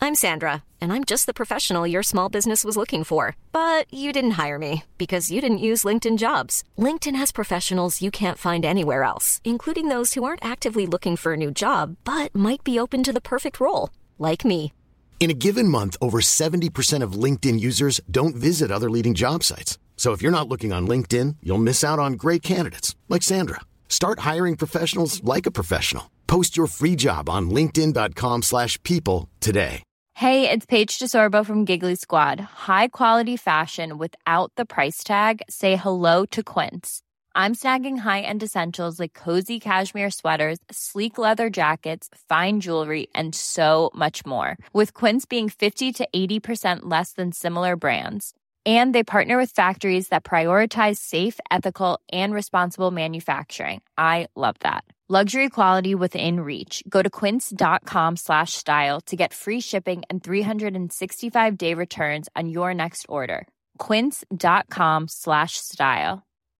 I'm Sandra, and I'm just the professional your small business was looking for. But you didn't hire me because you didn't use LinkedIn Jobs. LinkedIn has professionals you can't find anywhere else, including those who aren't actively looking for a new job, but might be open to the perfect role, like me. In a given month, over 70% of LinkedIn users don't visit other leading job sites. So if you're not looking on LinkedIn, you'll miss out on great candidates like Sandra. Start hiring professionals like a professional. Post your free job on linkedin.com/people today. Hey, it's Paige DeSorbo from Giggly Squad. High quality fashion without the price tag. Say hello to Quince. I'm snagging high-end essentials like cozy cashmere sweaters, sleek leather jackets, fine jewelry, and so much more. With Quince being 50 to 80% less than similar brands. And they partner with factories that prioritize safe, ethical, and responsible manufacturing. I love that. Luxury quality within reach. Go to quince.com/style to get free shipping and 365-day returns on your next order. Quince.com/style.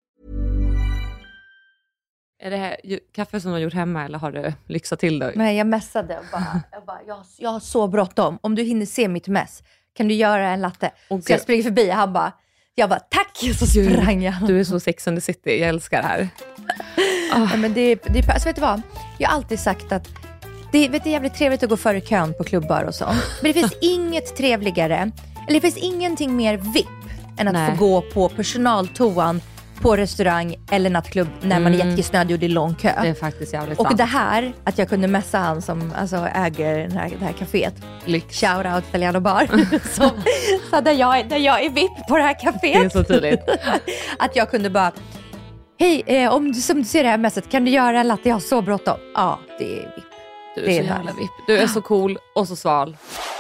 Är det här kaffe som du har gjort hemma eller har du lyxat till det? Nej, jag messade och jag har så bråttom. Om du hinner se mitt mess, kan du göra en latte? Okay. Så jag springer förbi och jag bara tack, så sprang jag. Du är så Sex and the City, jag älskar det här. Ja, men alltså, vet du vad? Jag har alltid sagt att det är jävligt trevligt att gå före kön på klubbar och sånt. Men det finns inget trevligare, eller det finns ingenting mer VIP än att få gå på personaltoan på restaurang eller nattklubb när man är jättekissnödig och det är lång kö. Det är faktiskt jävligt sant. Och det här, att jag kunde messa han som alltså, äger det här kaféet. Shout out Italiano Bar. så där jag är VIP på det här kaféet. Det är så tydligt. Att jag kunde bara, hej, som du ser det här mässet, kan du göra en latte? Jag har så bråttom. Ja, det är VIP. Du är så jävla VIP. Du är så cool och så sval.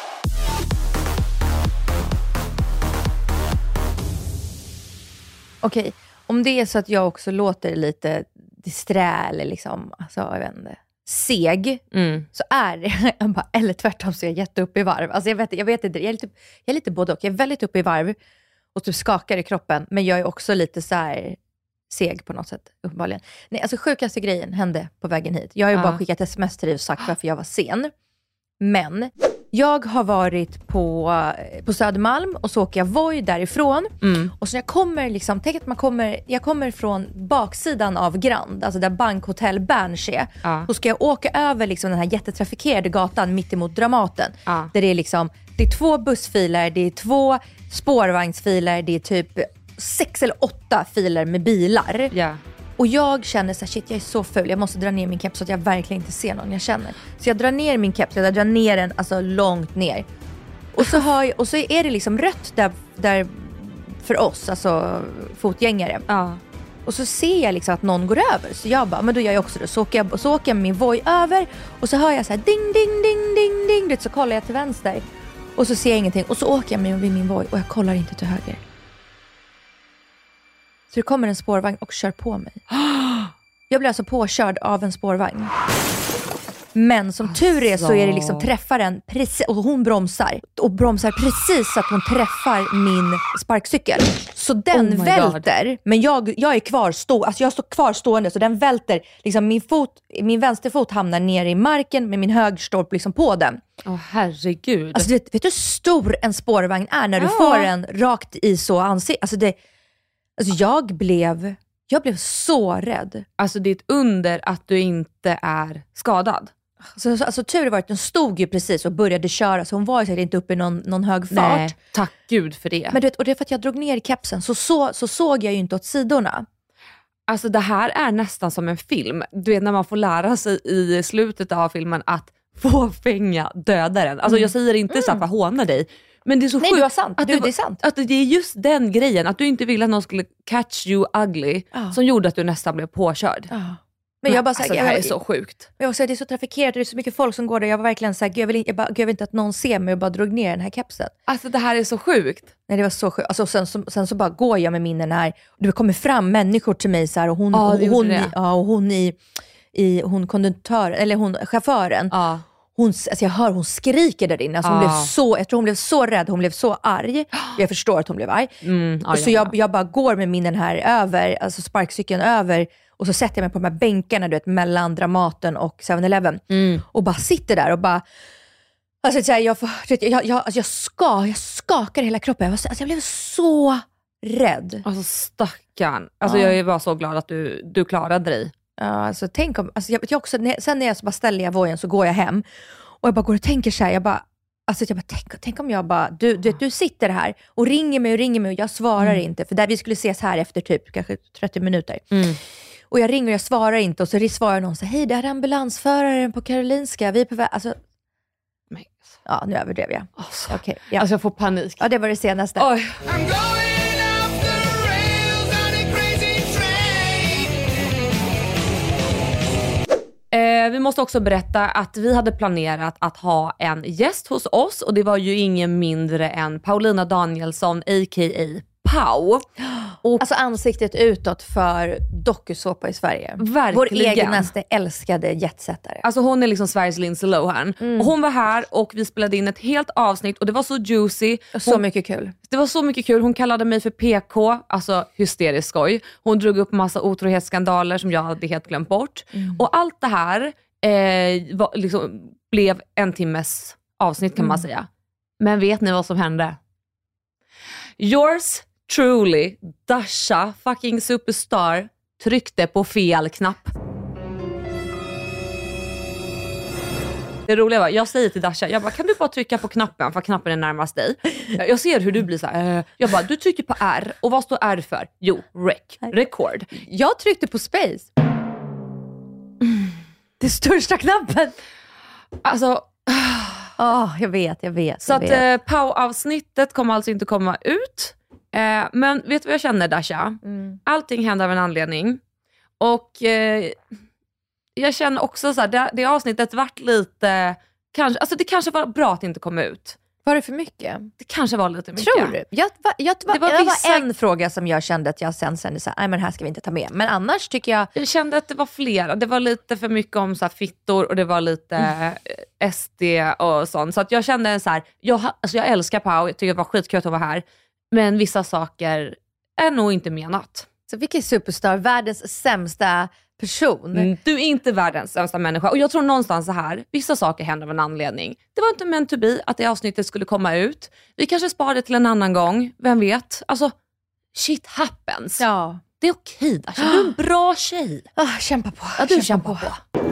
Okej. Om det är så att jag också låter lite disträ eller liksom, alltså, jag vet inte, seg, så är det, eller tvärtom så är jag jätteupp i varv. Alltså jag vet inte, jag är lite både och. Jag är väldigt uppe i varv och typ skakar i kroppen, men jag är också lite så här seg på något sätt, uppenbarligen. Nej, alltså sjukaste grejen hände på vägen hit. Jag har ju bara skickat sms till dig och sagt varför jag var sen. Men jag har varit på Södermalm och så åker jag Voi därifrån. Och så jag kommer liksom, tänk att jag kommer från baksidan av Grand, alltså där Bankhotell Berns är. Då ska jag åka över liksom den här jättetrafikerade gatan mitt emot Dramaten. Där det är liksom, det är 2 bussfiler, det är 2 spårvagnsfiler, det är typ 6 eller 8 filer med bilar. Och jag känner så här, shit, jag är så ful. Jag måste dra ner min keps så att jag verkligen inte ser någon jag känner. Så jag drar ner min keps, jag drar ner den alltså långt ner. Och så är det liksom rött där för oss, alltså fotgängare. Och så ser jag liksom att någon går över. Så jag bara, men då gör jag också det. Så åker jag med min Voi över. Och så hör jag så här, ding, ding, ding, ding, ding. Så kollar jag till vänster. Och så ser jag ingenting. Och så åker jag med min Voi och jag kollar inte till höger. Så det kommer en spårvagn och kör på mig. Jag blir alltså påkörd av en spårvagn. Men som tur är så är det liksom träffaren precis, och hon bromsar. Och bromsar precis så att hon träffar min sparkcykel. Så den välter. Men jag är kvar alltså jag står kvar stående. Så den välter. Liksom min vänsterfot hamnar ner i marken. Men min höger står liksom på den. Herregud. Alltså vet du hur stor en spårvagn är när du får den rakt i så ansikte? Alltså jag blev så rädd. Alltså det är ett under att du inte är skadad. Alltså tur var att den stod ju precis och började köra. Så hon var ju säkert inte uppe i någon hög fart. Nej, tack gud för det. Men du vet, och det är för att jag drog ner i kepsen. Så såg jag ju inte åt sidorna. Alltså det här är nästan som en film. Du vet när man får lära sig i slutet av filmen att få fänga dödaren. Alltså jag säger inte så att håna dig. Men det är så sjukt. Du har sant. Det är sant. Att det är just den grejen. Att du inte ville att någon skulle catch you ugly. Som gjorde att du nästan blev påkörd. Men jag bara säger, det här är så sjukt. Men också, det är så trafikerat och det är så mycket folk som går där. Jag var verkligen så här, jag vill inte att någon ser mig och bara drog ner den här kepsen. Alltså det här är så sjukt. Nej, det var så sjukt. Alltså, sen så bara går jag med minnen här. Och det kommer fram människor till mig så här, och hon konduktören eller hon chauffören. Alltså jag hör hon skriker där inne. Alltså jag tror hon blev så rädd, hon blev så arg. Jag förstår att hon blev arg. Så jag bara går med minnen här över, alltså sparkcykeln över. Och så sätter jag mig på de här bänkarna, du vet, mellan Dramaten och 7-Eleven. Och bara sitter där och bara, Alltså, jag skakar hela kroppen. Jag blev så rädd. Alltså stackarn. Alltså jag är bara så glad att du klarade dig. Ja, alltså tänk om, alltså jag också, sen när jag så bara ställer jag vojen så går jag hem. Och jag bara går och tänker så här, tänk om jag bara, du sitter här och ringer mig och jag svarar inte. För där vi skulle ses här efter typ kanske 30 minuter. Och jag ringer och jag svarar inte. Och så svarar någon så här, hej, det här är ambulansföraren på Karolinska. Vi är på väg, alltså. Ja, nu överdrev jag. Okay, ja. Alltså jag får panik. Ja, det var det senaste. Oj. Vi måste också berätta att vi hade planerat att ha en gäst hos oss. Och det var ju ingen mindre än Paulina Danielsson, a.k.a. Pau. Och alltså ansiktet utåt för dokusåpa i Sverige. Verkligen. Vår egnaste älskade jetsättare. Alltså hon är liksom Sveriges Lindsay Lohan. Och hon var här och vi spelade in ett helt avsnitt och det var så juicy. Så mycket kul. Det var så mycket kul. Hon kallade mig för PK, alltså hysteriskt skoj. Hon drog upp massa otrohetsskandaler som jag hade helt glömt bort. Och allt det här blev en timmes avsnitt kan man säga. Men vet ni vad som hände? Yours truly, Dasha fucking superstar, tryckte på fel knapp. Det roliga var, jag säger till Dasha, jag bara, kan du bara trycka på knappen för knappen är närmast dig. Jag ser hur du blir så här, jag bara, du trycker på R. Och vad står R för? Jo, record. Jag tryckte på space. Det största knappen. Alltså jag vet. Så att Pau-avsnittet kommer alltså inte komma ut. Men vet du vad jag känner, Dasha? Allting händer av en anledning. Och jag känner också så här, det avsnittet vart lite det kanske var bra att det inte kom ut. Var det för mycket? Det kanske var lite mycket. Tror du? Det var en fråga som jag kände att jag sen så här, nej men här ska vi inte ta med. Men annars tycker jag kände att det var flera. Det var lite för mycket om så här fittor och det var lite SD och sånt. Så att jag kände så här, jag älskar Pau, jag tycker det var skitkul att vara här. Men vissa saker är nog inte menat. Så vilken superstar, världens sämsta person. Du är inte världens sämsta människa. Och jag tror någonstans så här, vissa saker händer av en anledning. Det var inte meant to be att det avsnittet skulle komma ut. Vi kanske sparar det till en annan gång. Vem vet? Alltså, shit happens. Ja. Det är okej. Alltså, du är en bra tjej. Kämpa på. Ja, du kämpar på.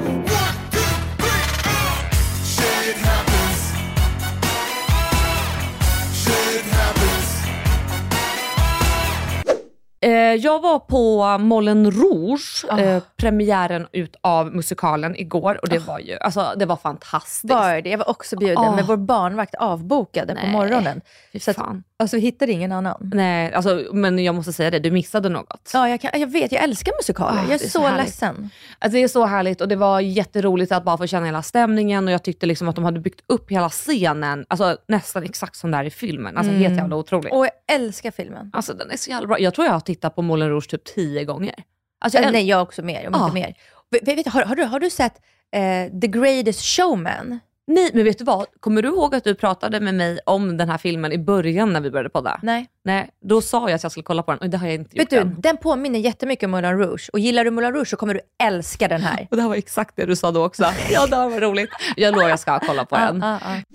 Jag var på Moulin Rouge, premiären utav musikalen igår och det var ju, alltså det var fantastiskt. Var det? Jag var också bjuden, men vår barnvakt avbokade på morgonen. Så att, alltså vi hittade ingen annan. Nej, alltså, men jag måste säga det, du missade något. Ja, jag vet, jag älskar musikaler. Jag är så ledsen. Alltså, det är så härligt och det var jätteroligt att bara få känna hela stämningen och jag tyckte liksom att de hade byggt upp hela scenen, alltså nästan exakt som där i filmen. Alltså helt jävla otroligt. Och jag älskar filmen. Alltså den är så jävla bra. Jag tror jag har tittat på Moulin Rouge typ 10 gånger. Alltså, nej, jag också mer. Inte mer. Har du sett The Greatest Showman? Nej, men vet du vad? Kommer du ihåg att du pratade med mig om den här filmen i början när vi började podda? Nej. Då sa jag att jag skulle kolla på den och det har jag inte gjort än. Den påminner jättemycket om Moulin Rouge. Och gillar du Moulin Rouge så kommer du älska den här. Och det här var exakt det du sa då också. Ja, det var roligt. Jag lovar jag ska kolla på den.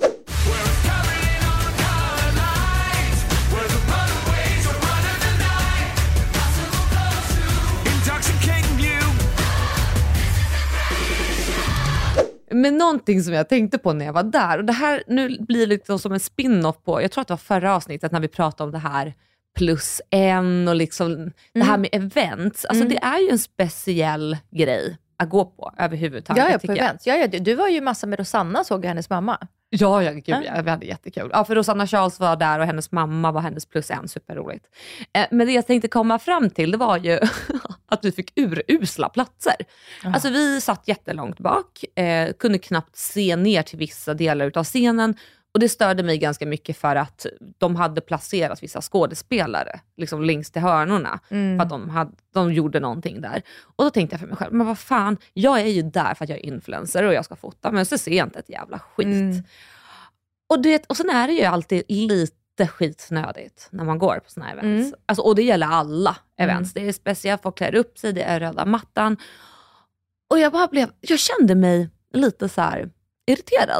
Men någonting som jag tänkte på när jag var där, och det här nu blir lite som en spin-off på, jag tror att det var förra avsnittet när vi pratade om det här +1 och liksom det här med events. Alltså det är ju en speciell grej att gå på överhuvudtaget. Ja, på events. Ja, du var ju massa med Rosanna, såg jag hennes mamma. Ja, gud, vi hade jättekul. Ja, för Rosanna Charles var där och hennes mamma var hennes +1, superroligt. Men det jag tänkte komma fram till, det var ju att vi fick urusla platser. Alltså vi satt jättelångt bak, kunde knappt se ner till vissa delar av scenen. Och det störde mig ganska mycket för att de hade placerat vissa skådespelare liksom längst till hörnorna. För att de gjorde någonting där. Och då tänkte jag för mig själv, men vad fan, jag är ju där för att jag är influencer och jag ska fota, men så ser jag inte ett jävla skit. Och sen är det ju alltid lite skitsnödigt när man går på såna här events. Alltså, och det gäller alla events. Det är speciellt, folk klär upp sig, det är röda mattan. Och jag kände mig lite så här irriterad.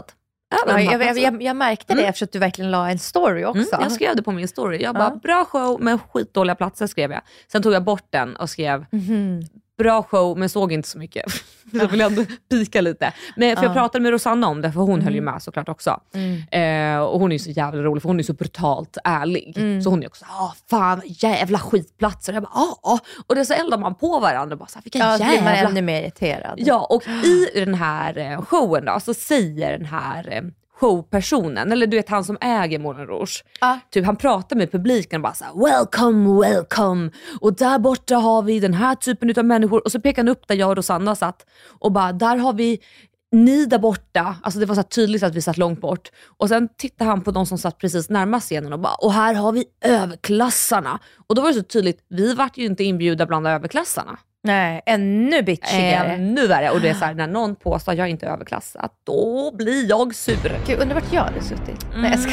Jag märkte det eftersom du verkligen la en story också. Jag skrev det på min story. Jag bara, bra show men skitdåliga platser skrev jag. Sen tog jag bort den och skrev bra show men såg inte så mycket. Så vill jag ändå pika lite. Men för jag pratade med Rosanna om det, för hon höll ju med såklart också. Och hon är ju så jävla rolig, för hon är så brutalt ärlig. Så hon är också, fan jävla skitplatser. Jag bara, och det så eldar man på varandra. Bara, så här, vilka jävla... blir man ännu mer irriterad. Ja, och i den här showen då, så säger den här showpersonen, eller du vet han som äger Moulin Rouge, typ han pratar med publiken och bara så här, welcome, och där borta har vi den här typen av människor, och så pekar han upp där jag och Rosanna satt och bara, där har vi ni där borta, alltså det var så tydligt att vi satt långt bort, och sen tittade han på de som satt precis närmast scenen och bara, och här har vi överklassarna, och då var det så tydligt, vi vart ju inte inbjudna bland överklassarna. Nej, ännu bitchigare. Ännu värre. Och det är så här, när någon påstår att jag inte är överklassad, då blir jag sur. Gud, undrar vart jag hade suttit. Nej, jag ska...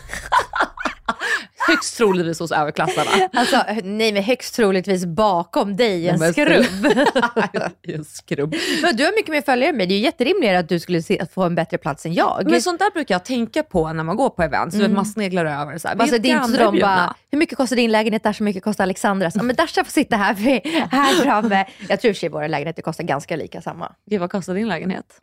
Högst troligtvis hos överklassarna. Alltså, nej, men högst troligtvis bakom dig en skrubb. En skrubb. Men du har mycket mer följare än mig. Det är ju jätterimligare att du skulle få en bättre plats än jag. Men sånt där brukar jag tänka på när man går på event. Så man sneglar över. Så här, alltså, det är inte så de bara, hur mycket kostar din lägenhet där, så mycket kostar Alexandras? Men Dasha får sitta här framme. Jag tror att våra lägenheter kostar ganska lika samma. Gud, vad kostar din lägenhet?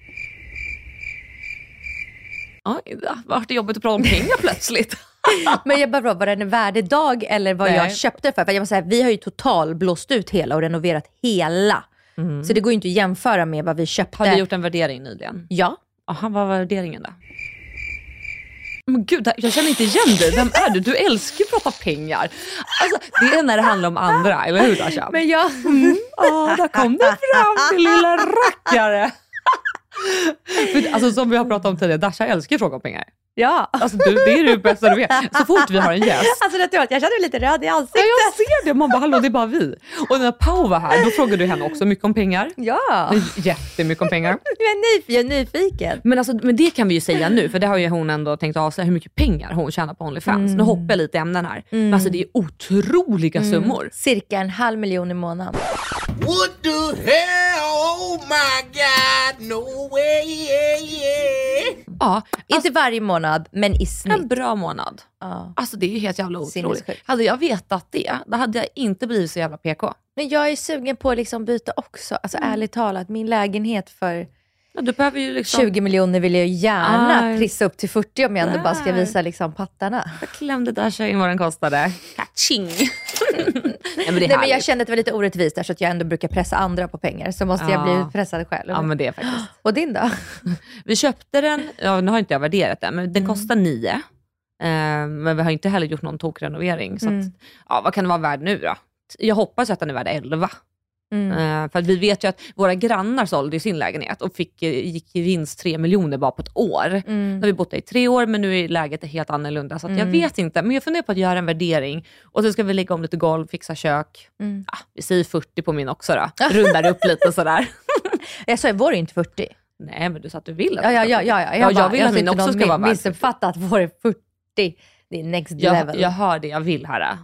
Oj, vart det jobbigt att prata om pengar plötsligt. Men jag bara, var det en värdedag eller vad jag köpte för jag säga, vi har ju total blåst ut hela och renoverat hela. Så det går ju inte att jämföra med vad vi köpte. Har du gjort en värdering nyligen? Ja. Aha, vad var värderingen då? Men gud, jag känner inte igen dig. Vem är du? Du älskar ju att prata pengar. Alltså, det är när det handlar om andra, eller hur Dasha? Men jag... där kom det fram till lilla rackare. Alltså som vi har pratat om tidigare, Dasha älskar fråga om pengar. Ja. Alltså det är det bästa du vet. Så fort vi har en gäst. Alltså jag känner mig lite röd i ansiktet. Ja, jag ser det. Man bara, hallå, det är bara vi. Och när Pau var här, då frågade du henne också mycket om pengar. Ja. Jättemycket om pengar. Jag är nyfiken. Men det kan vi ju säga nu, för det har ju hon ändå tänkt av sig hur mycket pengar hon tjänar på OnlyFans. Nu hoppar jag lite i ämnen här. Men alltså det är otroliga summor. Cirka 500 000 i månaden. What the hell? Oh my God, no way, yeah. Ja, inte varje månad, men i snitt. En bra månad. Alltså det är ju helt jävla otroligt. Hade jag vetat det, då hade jag inte blivit så jävla PK. Men jag är sugen på att liksom byta också. Alltså ärligt talat, min lägenhet för du behöver ju liksom... 20 miljoner vill jag gärna trissa upp till 40 om jag ändå bara ska visa liksom pattarna. Jag klämde där sig in vad den kostade. Kaching! Nej, men jag kände att det var lite orättvist där, så att jag ändå brukar pressa andra på pengar. Så måste jag bli pressad själv. Ja, men det är faktiskt. Och din då? Vi köpte den, nu har inte jag värderat den, men den kostar 9. Men vi har inte heller gjort någon tokrenovering. Så att, vad kan det vara värd nu då? Jag hoppas att den är värd 11. För att vi vet ju att våra grannar sålde i sin lägenhet och gick i vinst 3 miljoner bara på ett år. Nu har vi bott där i 3 år, men nu är läget helt annorlunda. Så att jag vet inte, men jag funderar på att göra en värdering. Och så ska vi lägga om lite golv, fixa kök. Vi säger 40 på min också då. Rundar upp lite sådär. Jag sa, vår är inte 40. Nej, men du sa att du vill att Ja. jag vill att min också ska vara värd. Missuppfattat att vår är 40. Det är next level. Jag hör det jag vill här.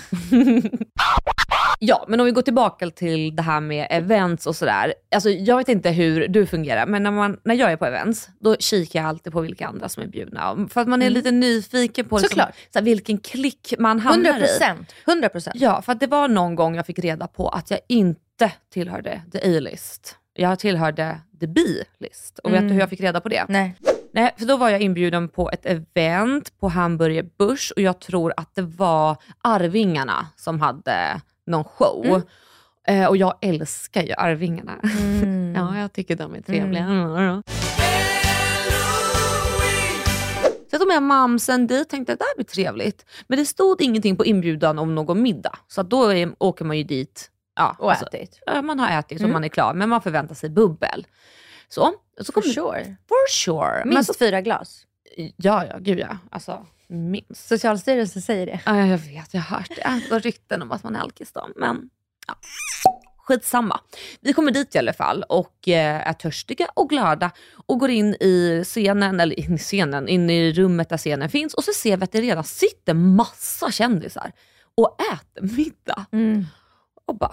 Ja, men om vi går tillbaka till det här med events och sådär. Alltså jag vet inte hur du fungerar, men när jag är på events, då kikar jag alltid på vilka andra som är bjudna. För att man är lite nyfiken på liksom, så här, vilken klick man hamnar i. 100%. Ja, för att det var någon gång jag fick reda på att jag inte tillhörde the A-list. Jag tillhörde the B-list. Och vet du hur jag fick reda på det? Nej, för då var jag inbjuden på ett event på Hamburger Börs, och jag tror att det var Arvingarna som hade någon show. Och jag älskar ju Arvingarna. Ja, jag tycker de är trevliga. Så jag tog med mamsen dit, tänkte att det här blir trevligt. Men det stod ingenting på inbjudan om någon middag. Så att då åker man ju dit. Ja, och ätit. Man har ätit och man är klar, men man förväntar sig bubbel. Så For sure. Minst 4 glas. Ja, gud ja. Alltså, minst. Socialstyrelsen säger det. Ja, jag vet, jag har hört det. Det var rykten om att man är alkis då. Men ja, skitsamma. Vi kommer dit i alla fall och är törstiga och glada och går in i scenen, eller in i rummet där scenen finns, och så ser vi att det redan sitter massa kändisar och äter middag. Och bara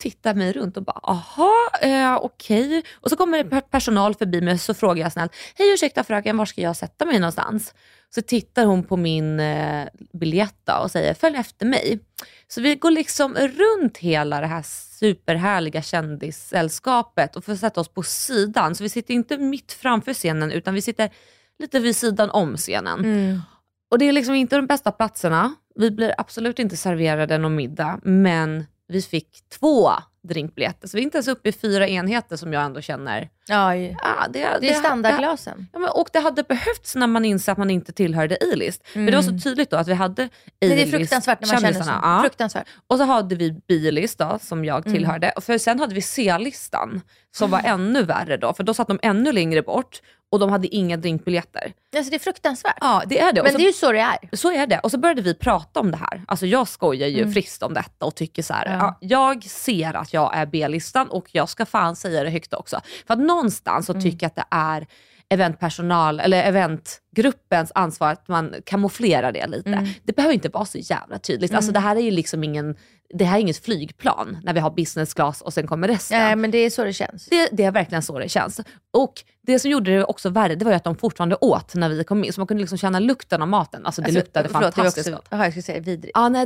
tittar mig runt och bara, aha, okej. Och så kommer det personal förbi mig, så frågar jag snällt, hej ursäkta fröken, var ska jag sätta mig någonstans? Så tittar hon på min biljett och säger, följ efter mig. Så vi går liksom runt hela det här superhärliga kändissällskapet och får sätta oss på sidan. Så vi sitter inte mitt framför scenen, utan vi sitter lite vid sidan om scenen. Och det är liksom inte de bästa platserna. Vi blir absolut inte serverade någon middag, men vi fick 2 drinkbiljetter. Så vi är inte ens uppe i 4 enheter som jag ändå känner. Det är standardglasen. Och det hade behövts när man inser att man inte tillhörde A-list. Men det var så tydligt då att vi hade A-list. Det är fruktansvärt när man känner så. Ja. Fruktansvärt. Och så hade vi B-list då, som jag tillhörde. Och för sen hade vi C-listan som var ännu värre då. För då satt de ännu längre bort. Och de hade inga drinkbiljetter. Alltså det är fruktansvärt. Ja, det är det. Men det är ju så det är. Så är det. Och så började vi prata om det här. Alltså jag skojar ju friskt om detta och tycker så här. Jag ser att jag är B-listan och jag ska fan säga det högt också. För att någonstans så tycker jag att det är eventpersonal eller eventgruppens ansvar att man kamouflerar det lite. Det behöver inte vara så jävla tydligt. Alltså det här är ju liksom det här är inget flygplan när vi har business class och sen kommer resten. Nej, men det är så det känns. Det är verkligen så det känns. Och det som gjorde det också värre, det var ju att de fortfarande åt när vi kom in. Så man kunde liksom känna lukten av maten. Alltså det luktade fantastiskt gott. Jag skulle säga vidrigt. Ja, nej,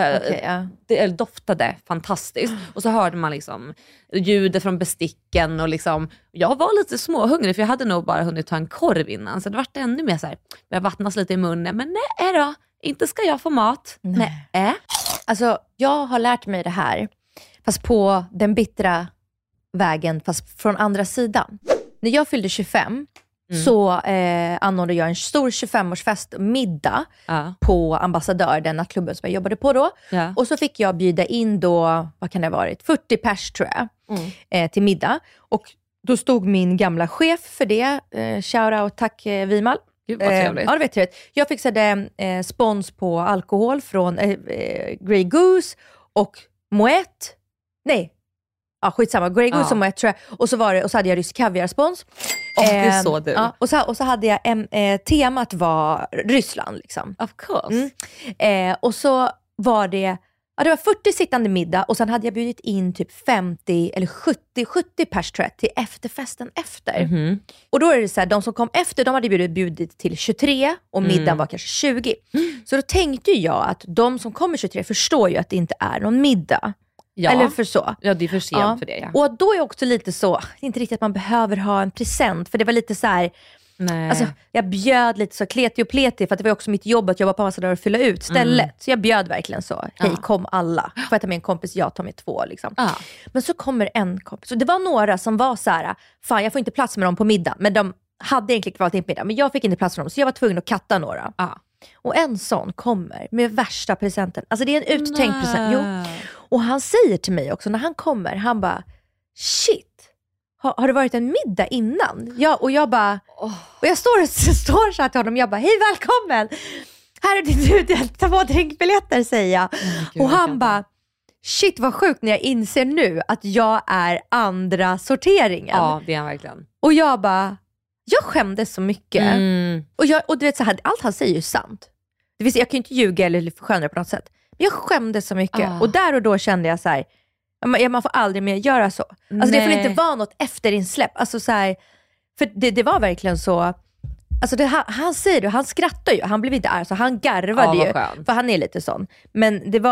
det doftade fantastiskt. Och så hörde man liksom ljudet från besticken och liksom, jag var lite småhungrig för jag hade nog bara hunnit ta en korv innan. Så det var ännu mer så här, började vattnas lite i munnen. Men nej då, inte ska jag få mat. Nej. Alltså jag har lärt mig det här, fast på den bittra vägen, fast från andra sidan. När jag fyllde 25 så anordnade jag en stor 25-årsfest middag på Ambassadör, den nattklubben som jag jobbade på då. Och så fick jag bjuda in då, vad kan det ha varit, 40 pers tror jag, till middag. Och då stod min gamla chef för det, shoutout, tack Vimal. Gud vad trevligt. Ja, det vet jag. Jag fixade spons på alkohol från Grey Goose och Moet. Nej. Ja, skitsamma. Grey Goose och Moet tror jag. Och så hade jag rysk kaviarspons. Det är så du. Ja, och så hade jag temat var Ryssland liksom. Of course. Och så var det det var 40 sittande middag och sen hade jag bjudit in typ 50 eller 70 pers tror jag, till efterfesten efter. Och då är det så här, de som kom efter, de hade bjudit till 23 och middagen var kanske 20. Så då tänkte jag att de som kommer 23 förstår ju att det inte är någon middag. Ja. Eller för så. Ja, det är för sent för det. Ja. Och då är också lite så, inte riktigt att man behöver ha en present, för det var lite så här. Nej. Alltså, jag bjöd lite så kleti och pleti, för att det var också mitt jobb att jobba på Ambassadör och fylla ut stället. Så jag bjöd verkligen så, hej kom alla. Får jag ta med en kompis, jag tar med 2 liksom. Men så kommer en kompis, och det var några som var så här, fan jag får inte plats med dem på middag. Men de hade egentligen kvar till middag, men jag fick inte plats med dem, så jag var tvungen att katta några. Och en sån kommer med värsta presenten. Alltså det är en uttänkt present. Jo. Och han säger till mig också när han kommer, han bara, shit, har det varit en middag innan? Och jag bara, och jag står så här till honom, jag bara, hej välkommen, här är din 2 drinkbiljetter säger jag. Och han bara, shit vad sjukt när jag inser nu att jag är andra sorteringen. Ja, det är han verkligen. Och jag bara, jag skämdes så mycket. Och du vet så här, allt han säger är ju sant. Det vill säga, jag kan ju inte ljuga eller försköna det på något sätt. Men jag skämdes så mycket. Och där och då kände jag så här, man får aldrig mer göra så. Alltså det får inte vara något efterinsläpp. Alltså så här, för det var verkligen så. Alltså han säger det, han skrattar ju. Han blev inte arg, så han garvade ju. Skönt. För han är lite sån. Men det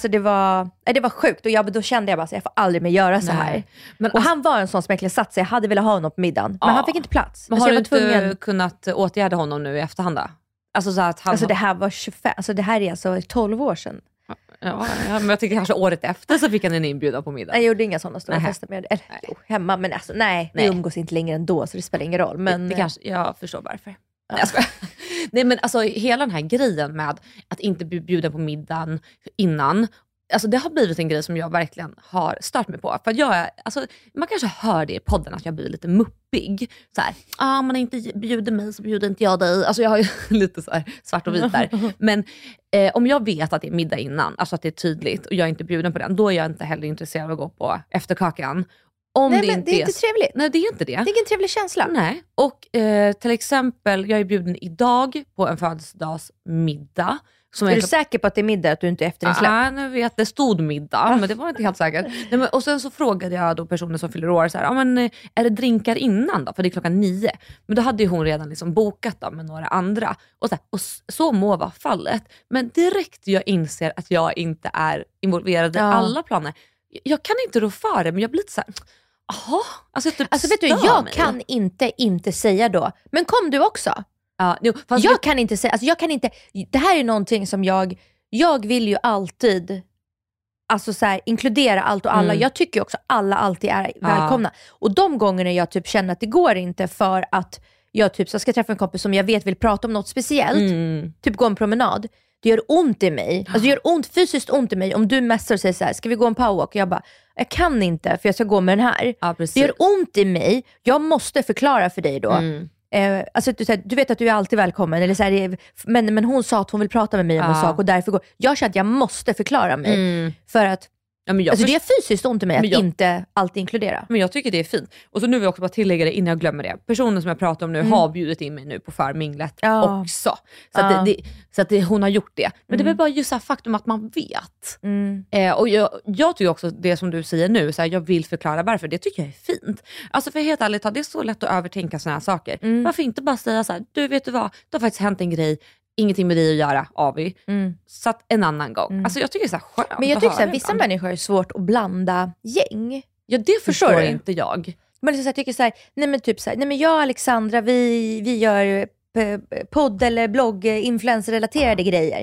var sjukt. Och då kände jag bara så jag får aldrig mer göra så här. Men och han var en sån som verkligen satt sig. Jag hade velat ha honom på middagen. Men han fick inte plats. Men har du inte kunnat åtgärda honom nu i efterhand då? Alltså, så att det här var 25. Alltså det här är alltså 12 år sedan. Ja, men jag tycker kanske året efter så fick han en inbjudan på middag. Jag gjorde inga sådana stora fester med hemma, men alltså nej, vi umgås inte längre ändå, så det spelar ingen roll. Men det kanske, jag förstår varför. Nej, jag skojar. Nej, men alltså hela den här grejen med att inte bjuda på middagen innan, alltså det har blivit en grej som jag verkligen har stört mig på. För att man kanske hör det i podden att jag blir lite muppig. Så här, man inte bjuder mig så bjuder inte jag dig. Alltså jag har ju lite så här svart och vit där. Men om jag vet att det är middag innan, alltså att det är tydligt och jag är inte bjuden på den, då är jag inte heller intresserad av att gå på efterkakan. Om Nej, det men inte det är inte trevligt. Nej, det är inte det. Det är ingen trevlig känsla. Nej. Och till exempel, jag är bjuden idag på en födelsedagsmiddag. Är du säker på att det är middag, att du inte är efter din släpp? Ja, nu vet det stod middag, men det var inte helt säkert. Nej, men, och sen så frågade jag då personen som fyller år så här, men är det drinkar innan då? För det är 9:00. Men då hade ju hon redan liksom bokat då med några andra. Och så må vara fallet. Men direkt jag inser att jag inte är involverad i alla planer. Jag kan inte rå för det, men jag blir lite så här, jaha. Alltså vet du, jag kan inte säga då, men kom du också? Ja, jag kan inte säga, jag kan inte, det här är någonting som jag vill ju alltid alltså så här, inkludera allt och alla. Jag tycker också alla alltid är välkomna. Och de gångerna jag typ känner att det går inte för att jag typ så ska träffa en kompis som jag vet vill prata om något speciellt, typ gå en promenad, det gör ont i mig. Alltså det gör fysiskt ont i mig om du messar och säger så här, ska vi gå en powerwalk? Och jag bara, jag kan inte för jag ska gå med den här. Det gör ont i mig, jag måste förklara för dig då. Alltså, du vet att du är alltid välkommen eller så här, men hon sa att hon vill prata med mig om en sak och därför går jag känner att jag måste förklara mig för att alltså, det är fysiskt ont i mig att inte alltid inkludera. Men jag tycker det är fint. Och så nu vill jag också bara tillägga det innan jag glömmer det. Personen som jag pratar om nu har bjudit in mig nu på förminglet också. Så att hon har gjort det. Men det är väl bara just så här faktum att man vet. Och jag tycker också det som du säger nu, så här, jag vill förklara varför. Det tycker jag är fint. Alltså för helt ärligt, det är så lätt att övertänka såna här saker. Varför inte bara säga så här, du vet du vad, det har faktiskt hänt en grej. Ingenting med dig att göra, Avi. Så att en annan gång. Alltså jag tycker det är så här skönt. Men jag tycker att vissa människor är svårt att blanda gäng. Ja, det förstår inte jag. Men jag tycker så här, nej men jag och Alexandra, vi gör podd eller blogg, influencer-relaterade grejer.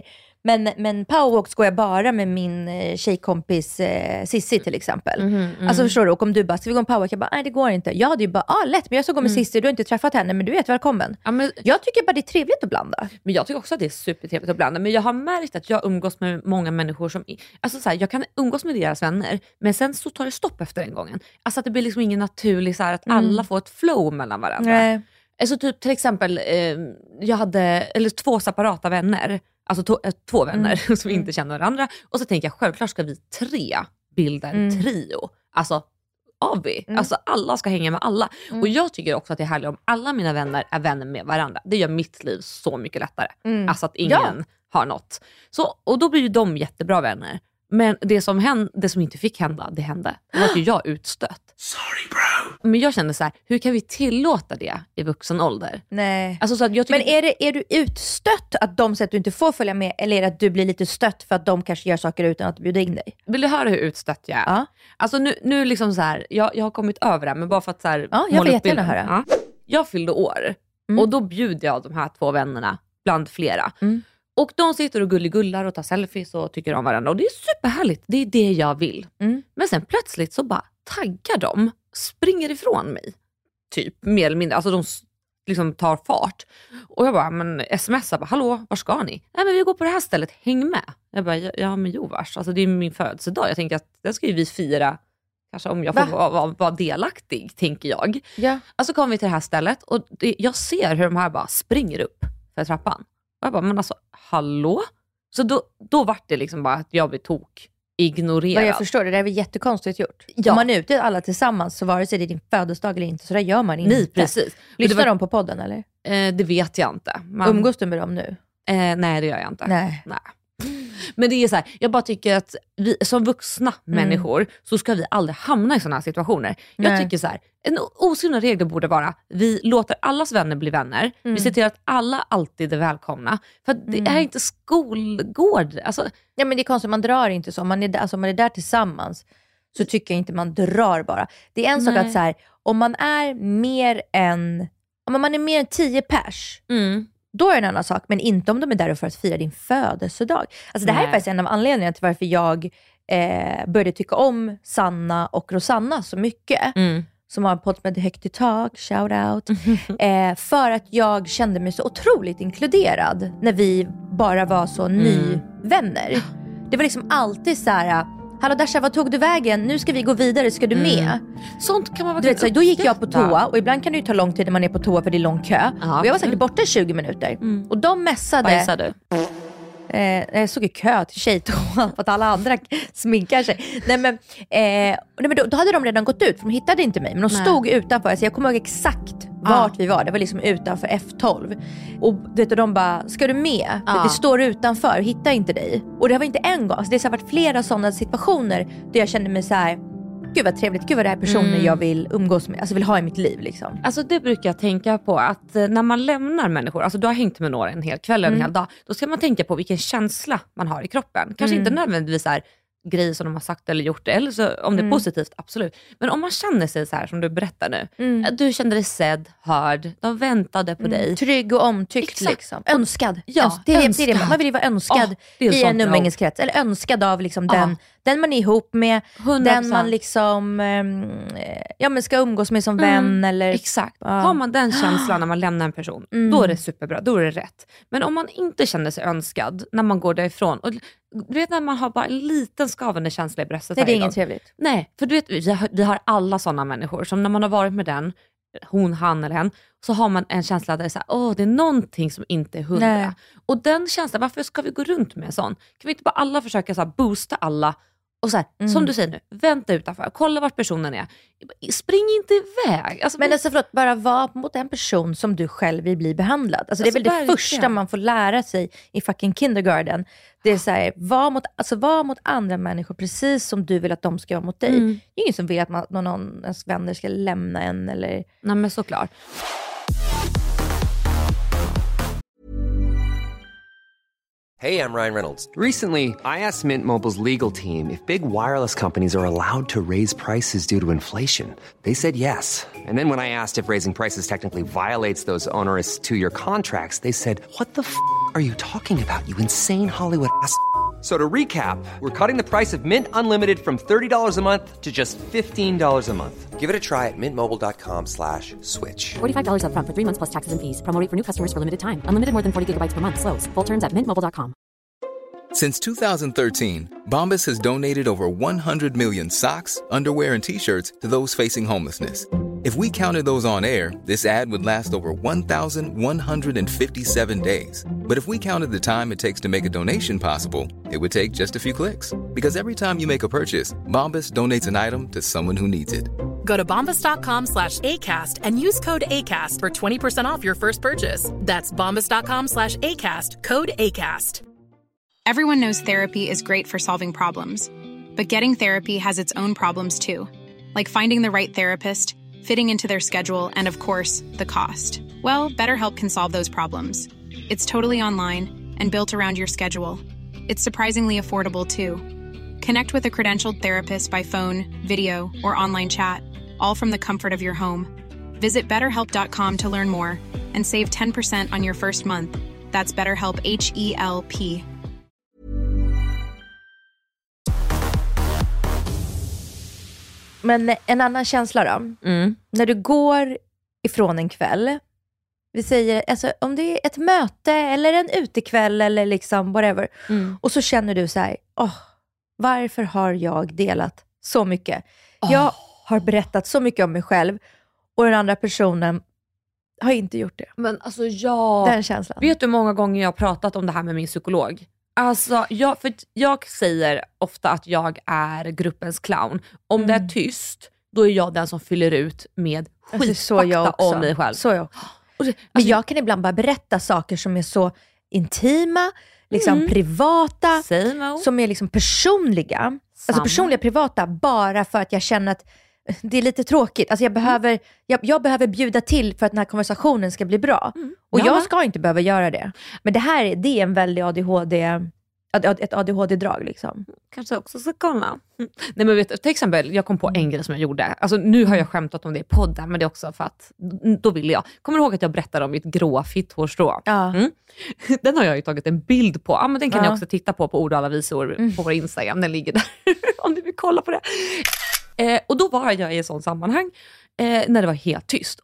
Men powerwalks går jag bara med min tjejkompis Sissi till exempel. Alltså förstår du, och om du bara, ska vi gå en powerwalk? Jag bara, nej det går inte. Jag hade ju bara, lätt, men jag ska gå med Sissi, du har inte träffat henne, men du är välkommen. Ja, men jag tycker bara det är trevligt att blanda. Men jag tycker också att det är supertrevligt att blanda. Men jag har märkt att jag umgås med många människor som, alltså så här, jag kan umgås med deras vänner, men sen så tar det stopp efter en gången. Alltså att det blir liksom ingen naturlig så här, att alla får ett flow mellan varandra. Nej. Alltså typ till exempel, jag hade 2 separata vänner. Alltså två vänner som inte känner varandra. Och så tänker jag, självklart ska vi 3 bilda en trio. Alltså Avi. Alltså alla ska hänga med alla. Och jag tycker också att det är härligt om alla mina vänner är vänner med varandra. Det gör mitt liv så mycket lättare. Alltså att ingen har något. Så, och då blir ju de jättebra vänner. Men det som inte fick hända, det hände. Då var ju jag utstött. Sorry bro. Men jag känner så här, hur kan vi tillåta det i vuxen ålder? Nej. Alltså, så att jag tycker... Men är du utstött att de säger att du inte får följa med, eller är det att du blir lite stött för att de kanske gör saker utan att bjuda in dig? Vill du höra hur utstött jag är? Ja. Alltså nu liksom så här, jag har kommit över det, men bara för att så här, jag vet gärna höra. Ja. Jag fyllde år och då bjuder jag de här 2 vännerna bland flera. Och de sitter och gullar och tar selfies och tycker om varandra. Och det är superhärligt. Det är det jag vill. Men sen plötsligt så bara taggar de. Springer ifrån mig. Typ, mer eller mindre. Alltså de liksom tar fart. Och jag bara, smsar bara, hallå, var ska ni? Nej men vi går på det här stället, häng med. Jag bara, ja men jo vars. Alltså det är min födelsedag. Jag tänker att den ska ju vi fira. Kanske om jag får vara delaktig, tänker jag. Ja. Alltså kommer vi till det här stället. Och jag ser hur de här bara springer upp för trappan. Och jag bara, men alltså, hallå? Så då var det liksom bara att jag blev ignorerad. Ja, jag förstår, det där är väl jättekonstigt gjort. Ja. Om man är ute alla tillsammans, så vare sig det är din födelsedag eller inte, så där gör man inte. Nej, precis. Lyssnar de på podden eller? Det vet jag inte. Umgås du med dem nu? Nej, det gör jag inte. Nej. Men det är så här, jag bara tycker att vi som vuxna människor så ska vi aldrig hamna i sådana här situationer. Jag tycker så här, en oskrivna regel borde vara, vi låter allas vänner bli vänner. Vi ser till att alla alltid är välkomna. För att det är inte skolgård. Alltså, ja, men det är konstigt, man drar inte så. Om man är där tillsammans så tycker jag inte man drar bara. Det är en sak att så här, om man är mer än 10 pers, då är det en annan sak, men inte om de är där för att fira din födelsedag. Alltså det här är faktiskt en av anledningarna till varför jag började tycka om Sanna och Rosanna så mycket. Som har en podd med Högt i tak, shout out. För att jag kände mig så otroligt inkluderad när vi bara var så nyvänner. Det var liksom alltid så här: hallå Dasha, vad tog du vägen? Nu ska vi gå vidare, ska du med? Sånt kan man du vet, så då gick jag på toa, och ibland kan det ju ta lång tid när man är på toa för det är lång kö. Och jag var säkert borta 20 minuter. Och de messade. Bajsade du? Jag såg i kö till tjejtoan för att alla andra sminkar sig. Nej men då hade de redan gått ut, för de hittade inte mig. Men de stod utanför, så jag kommer ihåg exakt vart vi var. Det var liksom utanför F12. Och de bara, ska du med? Vi står utanför, hittar inte dig. Och det var inte en gång, alltså det har varit flera sådana situationer där jag kände mig så här: gud vad trevligt, gud vad det är personer jag vill umgås med, alltså vill ha i mitt liv liksom. Alltså det brukar jag tänka på, att när man lämnar människor, alltså du har hängt med några en hel kväll eller en hel dag, då ska man tänka på vilken känsla man har i kroppen. Kanske inte nödvändigtvis så här grejer som de har sagt eller gjort, eller så, om det är positivt, absolut. Men om man känner sig så här som du berättar nu, du kände dig sedd, hörd, de väntade på dig. Trygg och omtyckt liksom. Önskad. Ja, det är det. Man vill ju vara önskad i en umgängeskrets. Eller önskad av liksom den man är ihop med, 100%. Den man liksom men ska umgås med som vän. Eller, exakt. Har man den känslan när man lämnar en person, då är det superbra, då är det rätt. Men om man inte känner sig önskad när man går därifrån, och du vet när man har bara en liten skavande känsla i bröstet. Nej, det är inget trevligt. Nej, för du vet, vi har alla sådana människor som när man har varit med den, hon, han eller hen, så har man en känsla där det är så här, det är någonting som inte är 100. Nej. Och den känslan, varför ska vi gå runt med sån? Kan vi inte bara alla försöka så här boosta alla? Och så här, som du säger nu, vänta utanför, kolla vart personen är. Spring inte iväg. Alltså, men alltså förlåt, bara vara mot en person som du själv vill bli behandlad. Alltså det är väl det första man får lära sig i fucking kindergarten. Det är så här, var mot andra människor precis som du vill att de ska vara mot dig. Det är ingen som vill att någon ens vänner ska lämna en eller... Nej men såklart. Hey, I'm Ryan Reynolds. Recently, I asked Mint Mobile's legal team if big wireless companies are allowed to raise prices due to inflation. They said yes. And then when I asked if raising prices technically violates those onerous 2-year contracts, they said, what the f*** are you talking about, you insane Hollywood ass? So to recap, we're cutting the price of Mint Unlimited from $30 a month to just $15 a month. Give it a try at mintmobile.com/switch. $45 up front for 3 months plus taxes and fees. Promo rate for new customers for limited time. Unlimited more than 40 gigabytes per month. Slows full terms at mintmobile.com. Since 2013, Bombas has donated over 100 million socks, underwear, and T-shirts to those facing homelessness. If we counted those on air, this ad would last over 1,157 days. But if we counted the time it takes to make a donation possible, it would take just a few clicks. Because every time you make a purchase, Bombas donates an item to someone who needs it. Go to bombas.com/ACAST and use code ACAST for 20% off your first purchase. That's bombas.com/ACAST, code ACAST. Everyone knows therapy is great for solving problems. But getting therapy has its own problems too. Like finding the right therapist, fitting into their schedule, and of course, the cost. Well, BetterHelp can solve those problems. It's totally online and built around your schedule. It's surprisingly affordable too. Connect with a credentialed therapist by phone, video, or online chat, all from the comfort of your home. Visit BetterHelp.com to learn more and save 10% on your first month. That's BetterHelp, H-E-L-P. Men en annan känsla då. När du går ifrån en kväll, vi säger, alltså, om det är ett möte eller en utekväll eller liksom whatever, och så känner du så här, varför har jag delat så mycket? Jag har berättat så mycket om mig själv och den andra personen har inte gjort det. Men alltså den känslan. Vet du hur många gånger jag har pratat om det här med min psykolog? Alltså, jag säger ofta att jag är gruppens clown. Om det är tyst, då är jag den som fyller ut med skitfakta om mig själv. Så jag också. Men jag kan ibland bara berätta saker som är så intima, liksom privata, som är liksom personliga. Alltså personliga, privata, bara för att jag känner att det är lite tråkigt. Alltså jag behöver bjuda till för att den här konversationen ska bli bra. Och jag ska inte behöva göra det. Men det är en väldigt ett ADHD-drag liksom. Kanske också ska kolla. Nej men vet du, till exempel, jag kom på en grej som jag gjorde. Alltså nu har jag skämtat om det i podden, men det är också för att då ville jag. Kommer du ihåg att jag berättade om mitt gråa fitthårstrå? Ja. Den har jag ju tagit en bild på. Men den kan jag också titta på Ord och alla visor på vår Instagram. Den ligger där om du vill kolla på det. Och då var jag i ett sånt sammanhang när det var helt tyst.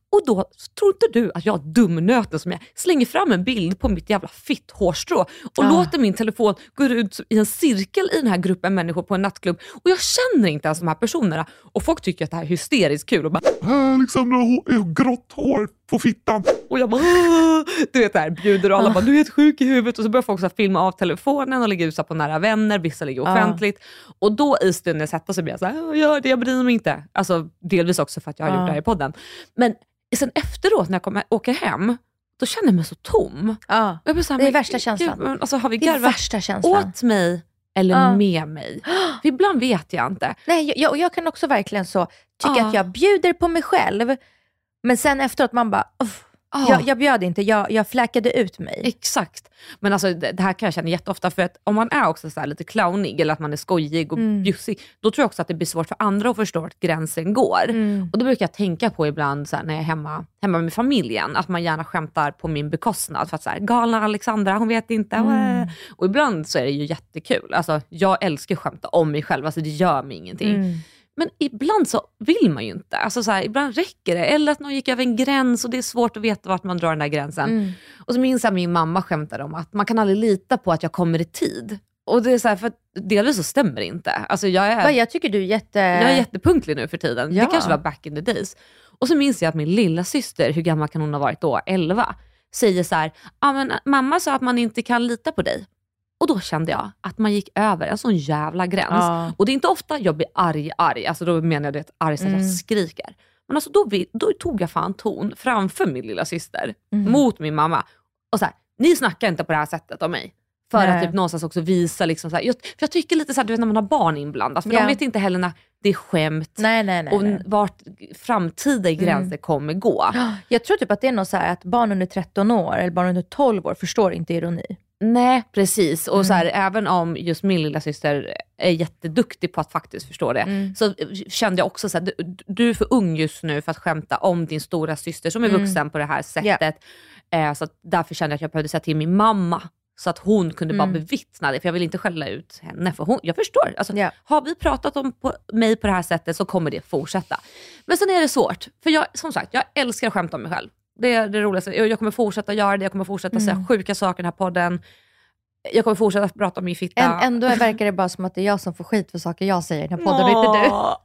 Och då tror inte du att jag är dumnöten som jag slänger fram en bild på mitt jävla fitt hårstrå och låter min telefon gå ut i en cirkel i den här gruppen människor på en nattklubb. Och jag känner inte ens de här personerna. Och folk tycker att det här är hysteriskt kul. Och bara, liksom grått hår på fittan. Och jag bara, du vet där, bjuder och alla bara, du är helt sjuk i huvudet. Och så börjar folk så filma av telefonen och lägga ut så på nära vänner. Vissa ligger offentligt. Och då i stunden sätta så blir jag så här, gör det, jag bryr mig inte. Alltså delvis också för att jag har gjort det här i podden. Men sen efteråt när jag åker hem, då känner jag mig så tom. Jag blir så här, det är värsta känslan. Alltså, har vi det är värsta känslan. Åt mig eller med mig? För ibland vet jag inte. Nej, jag kan också verkligen så tycka att jag bjuder på mig själv. Men sen efteråt man bara, jag bjöd inte, jag fläkade ut mig. Exakt. Men alltså det här kan jag känna jätteofta, för att om man är också så här lite clownig eller att man är skojig och bjussig, då tror jag också att det blir svårt för andra att förstå vart gränsen går. Och det brukar jag tänka på ibland så här, när jag är hemma med familjen, att man gärna skämtar på min bekostnad för att så här, galna Alexandra, hon vet inte. Och ibland så är det ju jättekul. Alltså jag älskar att skämta om mig själv, alltså det gör mig ingenting. Men ibland så vill man ju inte. Alltså så här, ibland räcker det. Eller att någon gick över en gräns och det är svårt att veta vart man drar den där gränsen. Och så minns jag min mamma skämtade om att man kan aldrig lita på att jag kommer i tid. Och det är så här, för att delvis så stämmer det inte. Alltså jag tycker du är jag är jättepunktlig nu för tiden. Det kanske var back in the days. Och så minns jag att min lilla syster, hur gammal kan hon ha varit då? 11. Säger så här, men mamma sa att man inte kan lita på dig. Och då kände jag att man gick över en sån jävla gräns. Och det är inte ofta jag blir arg. Alltså då menar jag det arg så att jag skriker. Men alltså då tog jag fan ton framför min lilla syster. Mot min mamma. Och så här, ni snackar inte på det här sättet om mig. För att typ någonstans också visa liksom så här. För jag tycker lite så här, du vet när man har barn inblandat. För de vet inte heller när det är skämt. Nej. Och vart framtida gränser kommer gå. Jag tror typ att det är något så här att barn under 13 år eller barn under 12 år förstår inte ironi. Nej, precis. Och så här, även om just min lilla syster är jätteduktig på att faktiskt förstå det, så kände jag också så här, du är för ung just nu för att skämta om din stora syster som är vuxen på det här sättet. Så att därför kände jag att jag behövde säga till min mamma så att hon kunde bara bevittna det, för jag vill inte skälla ut henne, för jag förstår. Alltså, har vi pratat om mig på det här sättet så kommer det fortsätta. Men sen är det svårt, för som sagt, jag älskar att skämta om mig själv. Det är det roligaste. Jag kommer fortsätta göra det. Jag kommer fortsätta säga sjuka saker i den här podden. Jag kommer fortsätta prata om min fitta. Ändå verkar det bara som att det är jag som får skit för saker jag säger i den här podden, och inte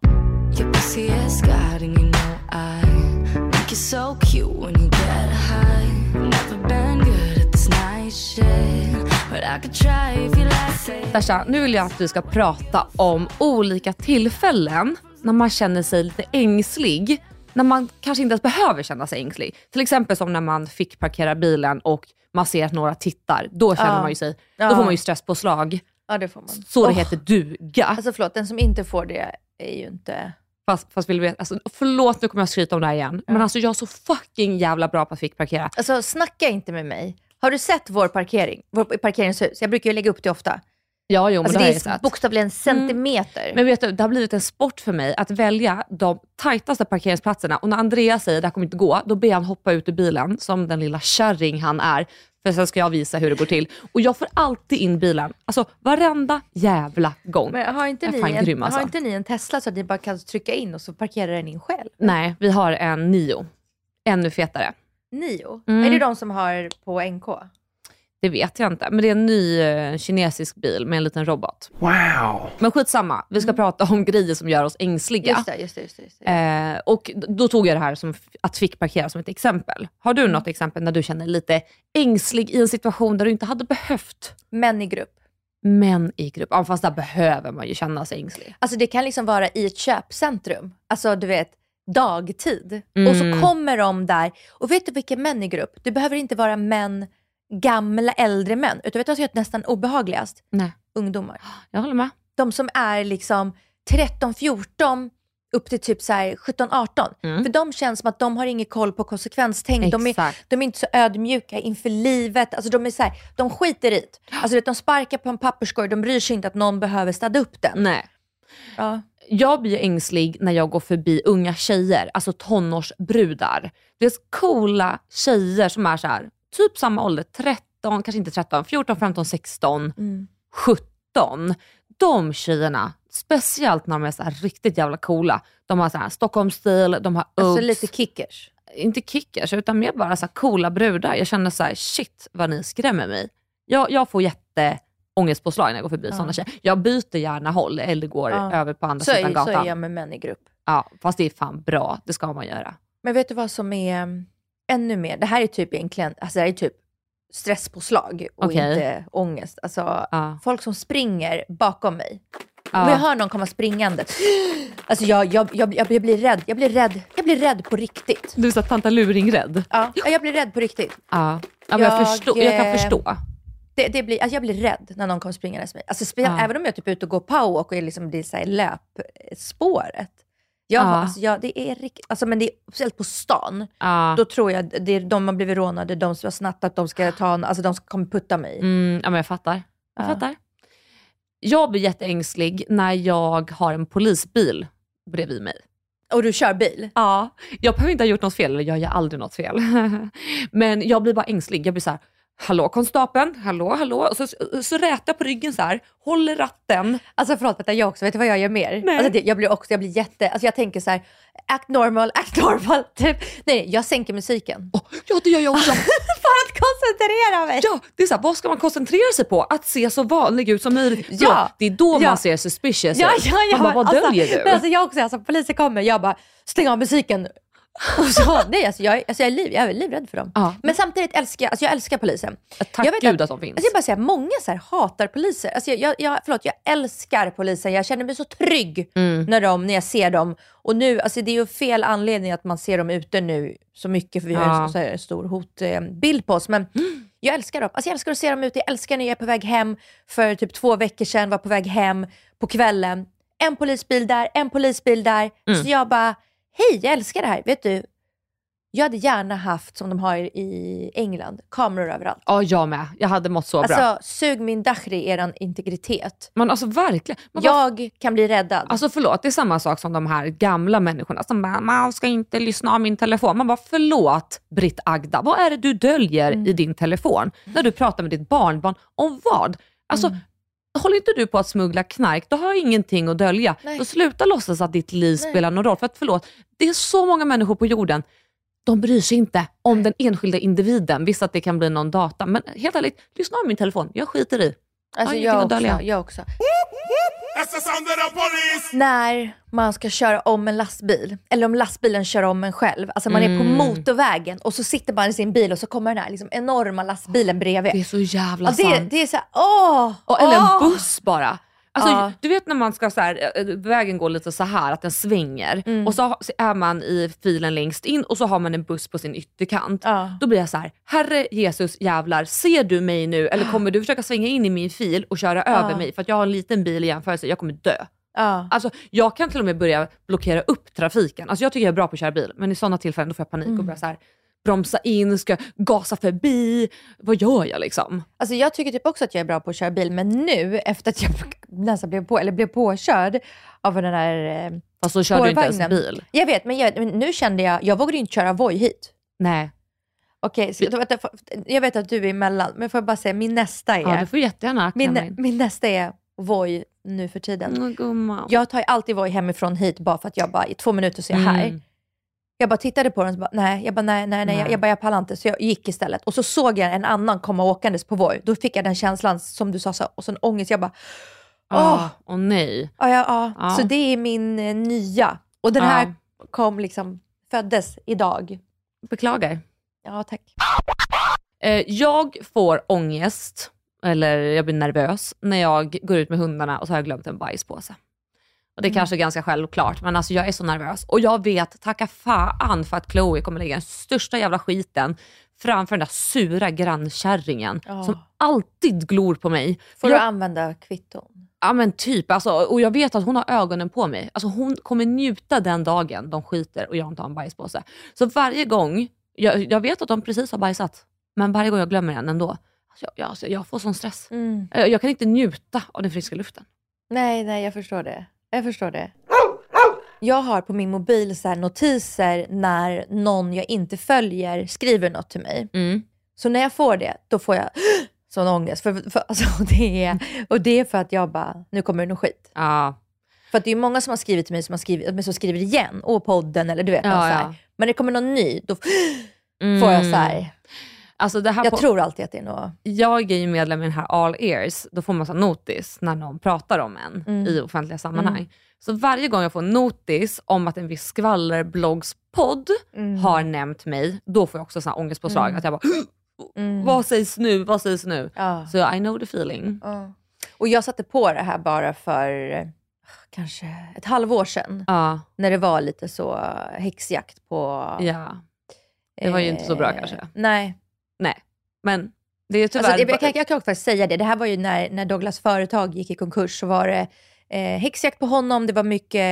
du. Tasha, nu vill jag att du ska prata om olika tillfällen när man känner sig lite ängslig. När man kanske inte ens behöver känna sig ängslig. Till exempel som när man fick parkera bilen och man ser att några tittar. Då känner man ju sig, då får man ju stresspåslag. Ja, det får man. Så det heter duga. Alltså förlåt, den som inte får det är ju inte... Fast vill du veta, alltså, förlåt, nu kommer jag skryta om det här igen. Men alltså jag är så fucking jävla bra på att fick parkera. Alltså snacka inte med mig. Har du sett vår parkeringshus? Jag brukar ju lägga upp det ofta. Ja, jo, men alltså det är bokstavligen centimeter. Men vet du, det har blivit en sport för mig att välja de tajtaste parkeringsplatserna. Och när Andreas säger det här kommer inte gå, då ber han hoppa ut ur bilen som den lilla kärring han är. För sen ska jag visa hur det går till. Och jag får alltid in bilen. Alltså varenda jävla gång. Men har inte ni en Tesla så att ni bara kan trycka in och så parkerar den in själv? Nej, vi har en Nio. Ännu fetare. Nio? Är det de som har på NK? Det vet jag inte. Men det är en ny kinesisk bil med en liten robot. Wow! Men skitsamma. Vi ska prata om grejer som gör oss ängsliga. Just det. Och då tog jag det här som att fick parkera som ett exempel. Har du något exempel när du känner lite ängslig i en situation där du inte hade behövt? Män i grupp. Ja, fast där behöver man ju känna sig ängslig. Alltså det kan liksom vara i ett köpcentrum. Alltså du vet, dagtid. Och så kommer de där. Och vet du vilken män i grupp? Det behöver inte vara män, gamla, äldre män. Utan vet du vad som är nästan obehagligast? Nej. Ungdomar. Jag håller med. De som är liksom 13-14 upp till typ så här 17-18. För de känns som att de har ingen koll på konsekvenstänk. De är inte så ödmjuka inför livet. Alltså de är så här, de skiter i det. Alltså de sparkar på en papperskorg. De bryr sig inte att någon behöver städa upp den. Nej. Ja. Jag blir ängslig när jag går förbi unga tjejer. Alltså tonårsbrudar. Det är coola tjejer som är så här, typ samma ålder. 13, kanske inte 13, 14, 15, 16, 17. de tjejerna, speciellt när de är så här riktigt jävla coola. De har så här Stockholmsstil, de har Alltså Oats. lite kickers. Inte kickers, utan mer bara så här coola brudar. Jag känner så här, shit vad ni skrämmer mig. Jag får ångestpåslag när jag går förbi sådana tjejer. Jag byter gärna håll eller går över på andra sidan gatan. Så är jag med män i grupp. Ja, fast det är fan bra. Det ska man göra. Men vet du vad som är ännu mer? Det här är typ egentligen, alltså det här är typ stresspåslag och inte ångest. Alltså folk som springer bakom mig. Om jag hör någon komma springande. Alltså jag blir rädd. Jag blir rädd på riktigt. Du är så tanta luring-rädd. Ja, jag blir rädd på riktigt. Ja, men jag kan förstå. Alltså jag blir rädd när någon kommer springandes mig. Alltså även om jag typ är ute och går powerwalk och liksom blir så här löpspåret. Det är riktigt. Alltså men det är speciellt på stan. Då tror jag det är de har blivit rånade, de som har snattat, de ska de ska komma putta mig. Ja, men jag fattar. Jag blir jätteängslig när jag har en polisbil bredvid mig. Och du kör bil? Ja, jag behöver inte ha gjort något fel, eller jag gör aldrig något fel. Men jag blir bara ängslig. Jag blir så här, hallå konstapeln, hallå. Och så rätar jag på ryggen så här, håller ratten. Alltså förlåt, jag också, vet du vad jag gör mer? Alltså jag blir jätte, alltså jag tänker så här, act normal, typ. Nej, jag sänker musiken. Ja, det gör jag också. För att koncentrera mig. Ja, det är så här, vad ska man koncentrera sig på? Att se så vanlig ut som möjligt. Ja, det är då man ser suspicious. Ja. Man bara, vad döljer du? Men alltså jag också, alltså polisen kommer, jag bara, stäng av musiken. Och så, nej, alltså jag är livrädd för dem. Men samtidigt älskar jag älskar polisen. Tack Gud att de finns. Alltså jag bara säga, många så här hatar poliser. Alltså jag älskar polisen. Jag känner mig så trygg när jag ser dem. Och nu, alltså det är ju fel anledning att man ser dem ute nu så mycket, för vi har så här stor hotbild på oss. Men jag älskar dem. Alltså jag älskar att se dem ute. Jag älskar när jag är på väg hem. För typ 2 veckor sedan var på väg hem på kvällen. En polisbil där. Så jag bara, hej, jag älskar det här. Vet du, jag hade gärna haft, som de har i England, kameror överallt. Ja, jag med. Jag hade mått så bra. Alltså, sug min dachri, eran integritet. Men alltså verkligen. Jag kan bli räddad. Alltså förlåt, det är samma sak som de här gamla människorna som bara, man ska inte lyssna av min telefon. Man bara, förlåt Britt Agda, vad är det du döljer i din telefon? När du pratar med ditt barnbarn om vad? Alltså, håller inte du på att smuggla knark, då har jag ingenting att dölja. Nej. Då sluta låtsas att ditt liv spelar någon roll. För att förlåt, det är så många människor på jorden, de bryr sig inte om den enskilda individen. Visst att det kan bli någon data, men helt ärligt, lyssna av min telefon. Jag skiter i. Alltså jag också. När man ska köra om en lastbil, eller om lastbilen kör om en själv. Alltså man är på motorvägen och så sitter man i sin bil och så kommer den här liksom enorma lastbilen bredvid. Det är så jävla sant. Det är så här, eller en buss bara. Alltså, du vet när man ska så här, vägen går lite så här att den svänger och så är man i filen längst in och så har man en buss på sin ytterkant. Då blir jag så här, Herre Jesus jävlar, ser du mig nu eller kommer du försöka svänga in i min fil och köra över mig för att jag har en liten bil i jämförelse, jag kommer dö. Alltså, jag kan till och med börja blockera upp trafiken. Alltså, jag tycker jag är bra på att köra bil, men i sådana tillfällen då får jag panik och börjar så här bromsa in, ska gasa förbi. Vad gör jag liksom? Alltså jag tycker typ också att jag är bra på att köra bil, men nu efter att jag nästan blev påkörd av den där fast så körde du inte ens bil. Jag vet, men nu kände jag vågade inte köra Voi hit. Nej. Okej, jag vet att du är emellan, men får jag bara säga, min nästa är... Ja, du får jättegärna min nästa är Voi nu för tiden. Jag tar alltid Voi hemifrån hit bara för att jag bara i 2 minuter så är jag här. Jag bara tittade på den och bara, nej. Jag pallar inte. Så jag gick istället. Och så såg jag en annan komma åkandes på Voi. Då fick jag den känslan som du sa, och så en ångest. Jag bara, nej. Så det är min nya. Och den här föddes idag. Beklagar. Ja, tack. Jag får ångest, eller jag blir nervös när jag går ut med hundarna och så har jag glömt en bajspåse. Och det är kanske ganska självklart, men alltså jag är så nervös. Och jag vet, tacka fan för att Chloe kommer lägga den största jävla skiten framför den där sura grannkärringen som alltid glor på mig. Får du använda kvitton? Ja men typ, alltså, och jag vet att hon har ögonen på mig. Alltså hon kommer njuta den dagen de skiter och jag inte har en bajspåse. Så varje gång, jag vet att de precis har bajsat, men varje gång jag glömmer den ändå. Alltså, jag får sån stress. Jag kan inte njuta av den friska luften. Nej, jag förstår det. Jag har på min mobil så här notiser när någon jag inte följer skriver något till mig. Så när jag får det, då får jag sån ångest. För alltså, det är för att jag bara, nu kommer det nog skit. Ja. För att det är många som har skrivit till mig som skriver igen. Podden eller du vet. Så här. Men det kommer någon ny, då får jag så här. Alltså det här jag tror alltid att det är något. Jag är ju medlem i den här All Ears. Då får man så notis när någon pratar om en i offentliga sammanhang. Så varje gång jag får notis om att en viss skvallerbloggspodd har nämnt mig, då får jag också sån här ångestpåslag. Att jag bara, vad sägs nu? Så I know the feeling. Och jag satte på det här bara för kanske ett halvår sedan. När det var lite så häxjakt på... Ja, det var ju inte så bra kanske. Nej. Men det är tyvärr... Alltså, jag kan faktiskt säga det. Det här var ju när Douglas företag gick i konkurs, så var det häxjakt på honom. Det var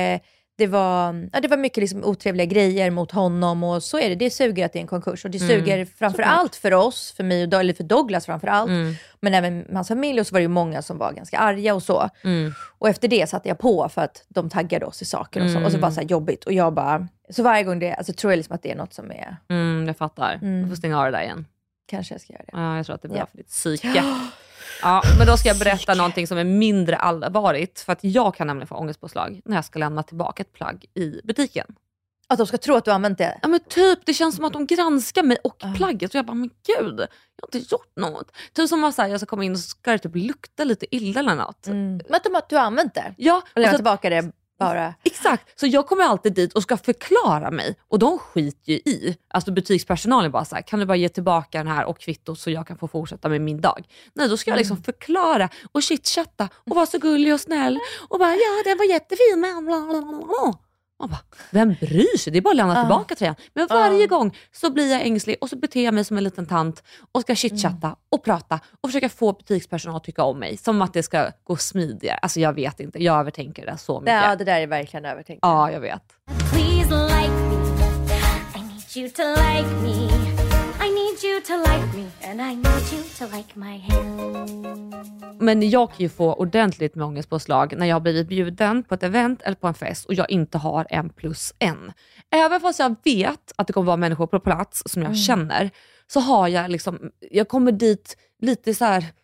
mycket liksom otrevliga grejer mot honom, och så är det. Det suger att det är en konkurs, och det suger framförallt för oss, för mig och eller för Douglas framförallt. Men även hans familj, och så var det ju många som var ganska arga och så. Och efter det satte jag på för att de taggade oss i saker och så. Och så var det så här jobbigt, och jag bara, så varje gång det, alltså tror jag liksom att det är något som är... jag fattar. Du får stänga av det där igen. Kanske jag ska göra det. Ja, jag tror att det är bra för ditt psyke. Ja, men då ska jag berätta någonting som är mindre allvarligt. För att jag kan nämligen få ångestpåslag när jag ska lämna tillbaka ett plagg i butiken. Att de ska tro att du har använt det? Ja, men typ, det känns som att de granskar mig och plagget. Och jag bara, men gud, jag har inte gjort något. Typ som att jag ska komma in och ska det typ lukta lite illa eller något. Men att du har använt det? Ja. Och lämna tillbaka det bara. Exakt, så jag kommer alltid dit och ska förklara mig. Och de skiter ju i. Alltså butikspersonalen bara så här, kan du bara ge tillbaka den här och kvitto så jag kan få fortsätta med min dag. Nej, då ska jag liksom förklara och chitchatta och vara så gullig och snäll. Och bara, ja, den var jättefin med blablabla. Man bara, vem bryr sig? Det är bara att lämna tillbaka tröjan. Men varje gång så blir jag ängslig och så beter jag mig som en liten tant och ska chitchatta och prata och försöka få butikspersonal att tycka om mig. Som att det ska gå smidigare. Alltså jag vet inte, jag övertänker det så mycket. Ja, det där är verkligen övertänkt. Ja, jag vet. Please like me, I need you to like me, I need you to like me, and I need you to like my hair. Men jag kan ju få ordentligt med ångestpåslag när jag har blivit bjuden på ett event eller på en fest och jag inte har 1+1. Även fast jag vet att det kommer vara människor på plats som jag känner, så har jag liksom, jag kommer dit lite så här,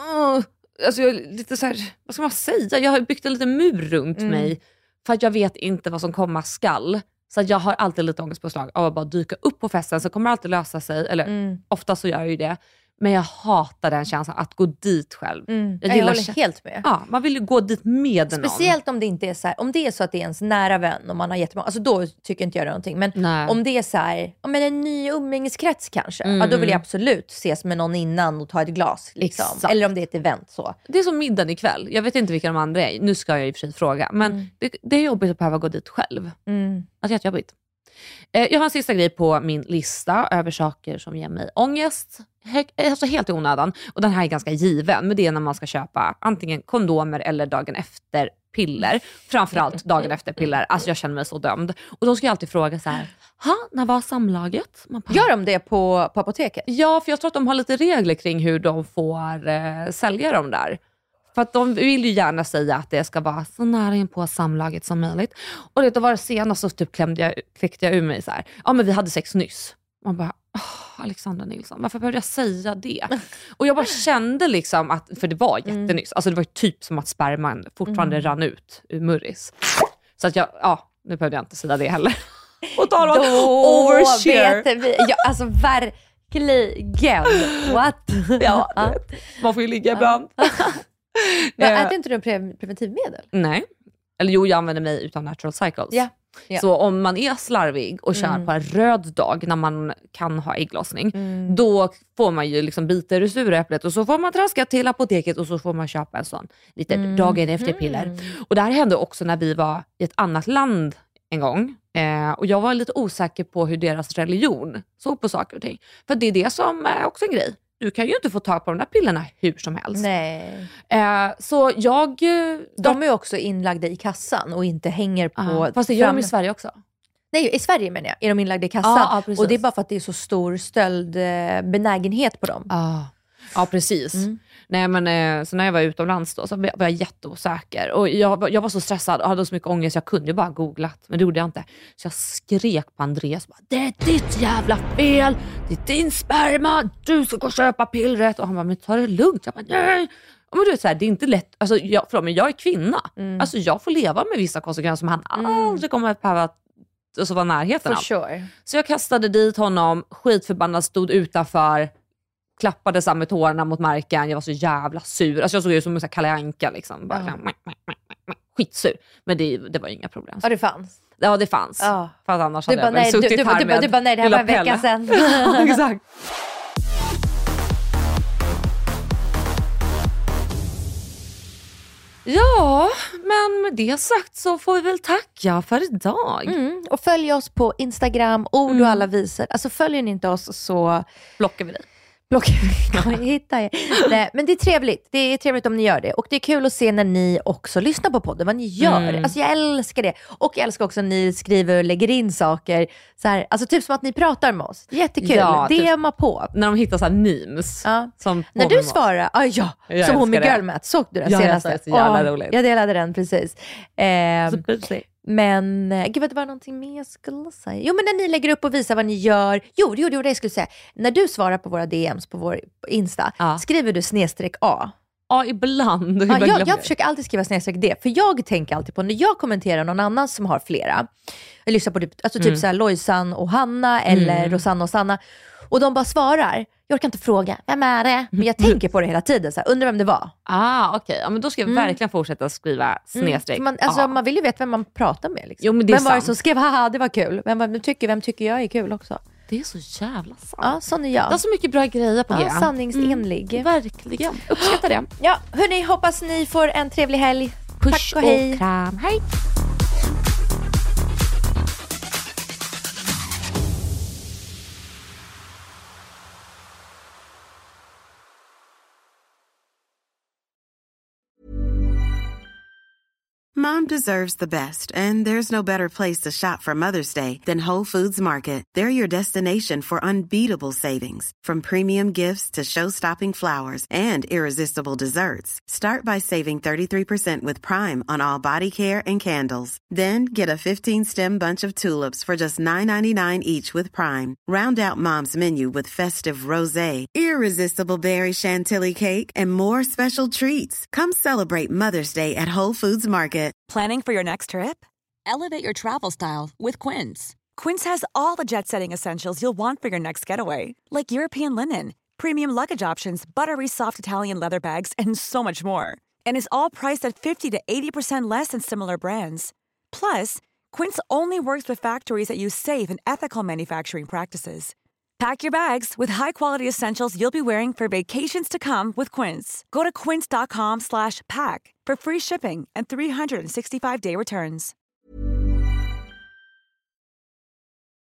alltså lite så här, vad ska man säga? Jag har byggt en liten mur runt mig för att jag vet inte vad som komma skall. Så att jag har alltid lite ångestpåslag av att bara dyka upp på festen, så kommer det alltid lösa sig. Eller ofta så gör jag ju det. Men jag hatar den känslan att gå dit själv. Jag håller helt med. Ja, man vill ju gå dit med någon. Speciellt om det inte är så här, om det är så att det är ens nära vän och man har jättemånga, alltså då tycker inte jag det någonting. Men om det är så här, men en ny umgängeskrets kanske, ja, då vill jag absolut ses med någon innan och ta ett glas. Liksom. Eller om det är ett event så. Det är som middagen ikväll. Jag vet inte vilka de andra är. Nu ska jag i och för sig fråga. Men det är jobbigt att behöva gå dit själv. Alltså jättejobbigt. Jag har en sista grej på min lista över saker som ger mig ångest. Alltså helt i onödan. Och den här är ganska given. Men det är när man ska köpa antingen kondomer eller dagen efter piller. Framförallt dagen efter piller. Alltså jag känner mig så dömd. Och då ska jag alltid fråga så här: när var samlaget? Gör de det på apoteket? Ja, för jag tror att de har lite regler kring hur de får sälja dem där. För att de vill ju gärna säga att det ska vara så nära in på samlaget som möjligt. Och det var senast så typ kläckte jag ur mig så här: ja, men vi hade sex nyss. Man bara, Alexandra Nilsson, varför behövde jag säga det? Och jag bara kände liksom att, för det var jättenyss. Alltså det var ju typ som att sperman fortfarande rann ut ur murris. Så att nu behövde jag inte säga det heller. Och ta då overshare. Vet vi. Ja, alltså verkligen. What? Ja, man får ju ligga ibland. Men äter inte du preventivmedel? Nej. Eller jo, jag använder mig utan Natural Cycles. Ja. Så om man är slarvig och kör på en röd dag när man kan ha ägglossning, då får man ju liksom bita det sura äpplet och så får man traska till apoteket och så får man köpa en sån lite dagen efter piller. Och det här hände också när vi var i ett annat land en gång. Och jag var lite osäker på hur deras religion såg på saker och ting. För det är det som är också en grej. Du kan ju inte få tag på de där pillerna hur som helst. Nej. Så de är ju också inlagda i kassan och inte hänger på... Fast det gör de i Sverige också. Nej, i Sverige menar jag. Är de inlagda i kassan. Ja, och det är bara för att det är så stor stöldbenägenhet på dem. Ja, precis. Nej, men så när jag var utomlands då så var jag jätteosäker. Och jag var så stressad och hade så mycket ångest. Jag kunde ju bara googlat, men det gjorde jag inte. Så jag skrek på Andreas. Bara, det är ditt jävla fel. Det är din sperma. Du ska gå och köpa pillret. Och han bara, men ta det lugnt. Jag bara, nej. Men du vet, så här, det är inte lätt. Alltså, men jag är kvinna. Alltså, jag får leva med vissa konsekvenser som han aldrig kommer att behöva vara närheten av. Sure. Så jag kastade dit honom. Skitförbannad, stod utanför. Klappade samma tårarna mot marken. Jag var så jävla sur. Alltså jag såg ut som en Kalle Anka liksom. Bara, skitsur. Men det var inga problem. Ja, det fanns. Ja, det fanns. Ja. För att annars Du hade jag bara, väl suttit här med du bara, nej, det här var en vecka sedan. Exakt. Ja, men med det sagt så får vi väl tacka för idag. Och följ oss på Instagram, ord och alla visor. Alltså följer ni inte oss så blockar vi dig. Hitta er. Nej, men det är trevligt. Det är trevligt om ni gör det. Och det är kul att se när ni också lyssnar på podden, vad ni gör. Alltså jag älskar det. Och jag älskar också när ni skriver och lägger in saker. Så här, alltså typ som att ni pratar med oss. Jättekul. Ja, DMa på. När de hittar så här memes. Ja. Som när du svarar, som hon med Girlmat. Såg du den senaste? Det är så jävla roligt. Jag delade den, precis. Men gud, det var någonting mer jag skulle säga. Jo, men när ni lägger upp och visar vad ni gör. Jo, det jag skulle säga. När du svarar på våra DMs på vår Insta, skriver du /A. Ja, ibland. Jag försöker alltid skriva /D. För jag tänker alltid på, när jag kommenterar någon annan som har flera. Jag lyssnar på typ så här Lojsan och Hanna eller Rosanna och Sanna. Och de bara svarar. Jag orkar inte fråga, vem är det? Men jag tänker på det hela tiden. Så här, undrar vem det var. Okej. Ja, men då ska jag verkligen fortsätta skriva /. Man vill ju veta vem man pratar med. Liksom. Jo, men det är vem var det sant. som skrev, haha, det var kul. Vem tycker jag är kul också? Det är så jävla sant. Ja, sån är jag. Det är så mycket bra grejer på det. Sanningsenlig. Verkligen. Uppskattar det. Ja, hörni, hoppas ni får en trevlig helg. Puss Tack och hej. Kram. Hej. Mom deserves the best, and there's no better place to shop for Mother's Day than Whole Foods Market. They're your destination for unbeatable savings, from premium gifts to show-stopping flowers and irresistible desserts. Start by saving 33% with Prime on all body care and candles. Then get a 15-stem bunch of tulips for just $9.99 each with Prime. Round out Mom's menu with festive rosé, irresistible berry chantilly cake, and more special treats. Come celebrate Mother's Day at Whole Foods Market. Planning for your next trip? Elevate your travel style with Quince. Quince has all the jet-setting essentials you'll want for your next getaway, like European linen, premium luggage options, buttery soft Italian leather bags, and so much more. And is all priced at 50 to 80% less than similar brands. Plus, Quince only works with factories that use safe and ethical manufacturing practices. Pack your bags with high-quality essentials you'll be wearing for vacations to come with Quince. Go to quince.com/pack for free shipping and 365-day returns.